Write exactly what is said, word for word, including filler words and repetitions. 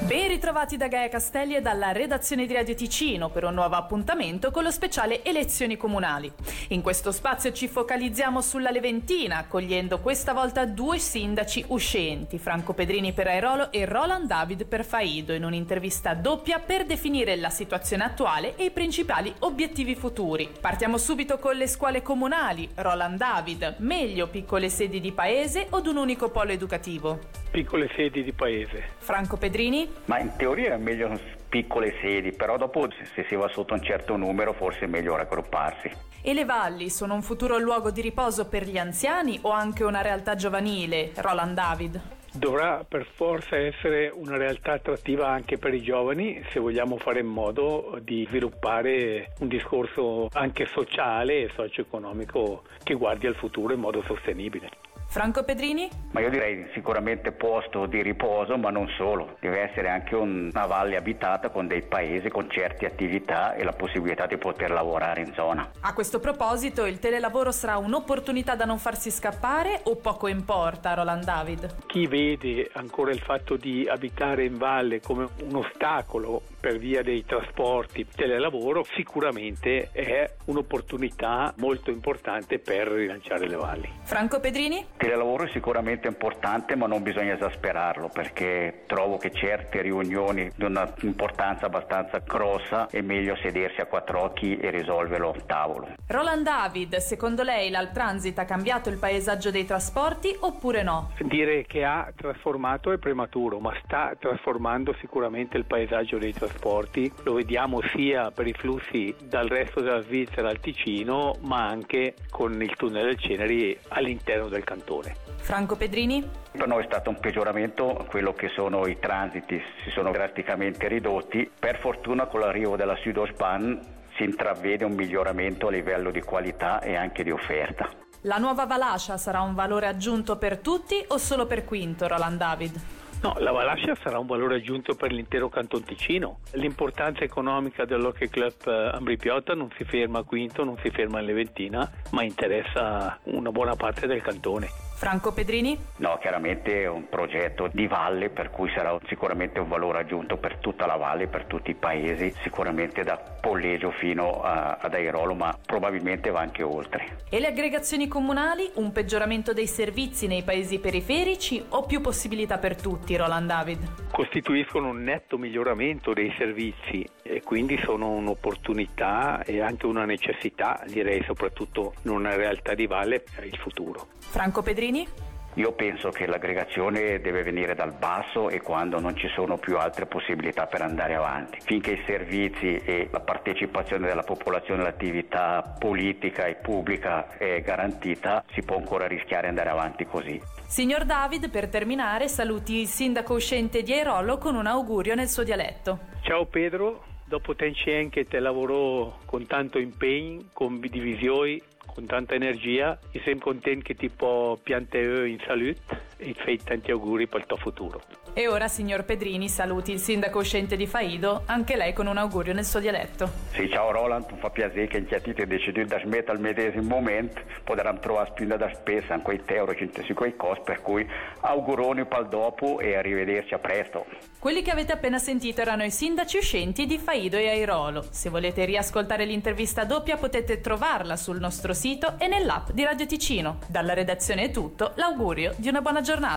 Ben ritrovati da Gaia Castelli e dalla redazione di Radio Ticino per un nuovo appuntamento con lo speciale Elezioni Comunali. In questo spazio ci focalizziamo sulla Leventina, accogliendo questa volta due sindaci uscenti, Franco Pedrini per Airolo e Roland David per Faido, in un'intervista doppia per definire la situazione attuale e i principali obiettivi futuri. Partiamo subito con le scuole comunali. Roland David, meglio piccole sedi di paese o ad un unico polo educativo? Piccole sedi di paese. Franco Pedrini? Ma in teoria è meglio piccole sedi, però dopo se si va sotto un certo numero forse è meglio raggrupparsi. E le valli sono un futuro luogo di riposo per gli anziani o anche una realtà giovanile? Roland David? Dovrà per forza essere una realtà attrattiva anche per i giovani se vogliamo fare in modo di sviluppare un discorso anche sociale e socio-economico che guardi al futuro in modo sostenibile. Franco Pedrini? Ma io direi sicuramente posto di riposo, ma non solo. Deve essere anche una valle abitata con dei paesi, con certe attività e la possibilità di poter lavorare in zona. A questo proposito, il telelavoro sarà un'opportunità da non farsi scappare o poco importa, Roland David? Chi vede ancora il fatto di abitare in valle come un ostacolo per via dei trasporti, telelavoro, sicuramente è un'opportunità molto importante per rilanciare le valli. Franco Pedrini? Il telelavoro è sicuramente importante, ma non bisogna esasperarlo, perché trovo che certe riunioni di una importanza abbastanza grossa è meglio sedersi a quattro occhi e risolverlo al tavolo. Roland David, secondo lei l'Altransit ha cambiato il paesaggio dei trasporti oppure no? Dire che ha trasformato è prematuro, ma sta trasformando sicuramente il paesaggio dei trasporti. Lo vediamo sia per i flussi dal resto della Svizzera al Ticino, ma anche con il tunnel del Ceneri all'interno del cantone. Franco Pedrini? Per noi è stato un peggioramento quello che sono i transiti, si sono drasticamente ridotti. Per fortuna con l'arrivo della Südostbahn si intravede un miglioramento a livello di qualità e anche di offerta. La nuova Valascia sarà un valore aggiunto per tutti o solo per Quinto, Roland David? No, la Valascia sarà un valore aggiunto per l'intero Canton Ticino. L'importanza economica dell'Hockey Club Ambri-Piotta non si ferma a Quinto, non si ferma in Leventina, ma interessa una buona parte del cantone. Franco Pedrini? No, chiaramente è un progetto di valle, per cui sarà sicuramente un valore aggiunto per tutta la valle, per tutti i paesi, sicuramente da Pollegio fino a, ad Airolo, ma probabilmente va anche oltre. E le aggregazioni comunali? Un peggioramento dei servizi nei paesi periferici o più possibilità per tutti, Roland David? Costituiscono un netto miglioramento dei servizi e quindi sono un'opportunità e anche una necessità, direi soprattutto in una realtà di valle per il futuro. Franco Pedrini? Io penso che l'aggregazione deve venire dal basso e quando non ci sono più altre possibilità per andare avanti. Finché i servizi e la partecipazione della popolazione all'attività politica e pubblica è garantita, si può ancora rischiare di andare avanti così. Signor David, per terminare, saluti il sindaco uscente di Airolo con un augurio nel suo dialetto. Ciao Pedro, dopo Tencien che te lavorò con tanto impegno, con divisioni, con tanta energia, e sono contento che ti può piantare in salute e ti fai tanti auguri per il tuo futuro. E ora, signor Pedrini, saluti il sindaco uscente di Faido, anche lei con un augurio nel suo dialetto. Sì, ciao Roland, mi fa piacere che anche a te ti decidi di smettere al medesimo momento, potremo trovare spinta da spesa, anche quei euro, su quei costi, per cui auguroni per il dopo e arrivederci a presto. Quelli che avete appena sentito erano i sindaci uscenti di Faido e Airolo. Se volete riascoltare l'intervista doppia potete trovarla sul nostro sito e nell'app di Radio Ticino. Dalla redazione è tutto, l'augurio di una buona giornata.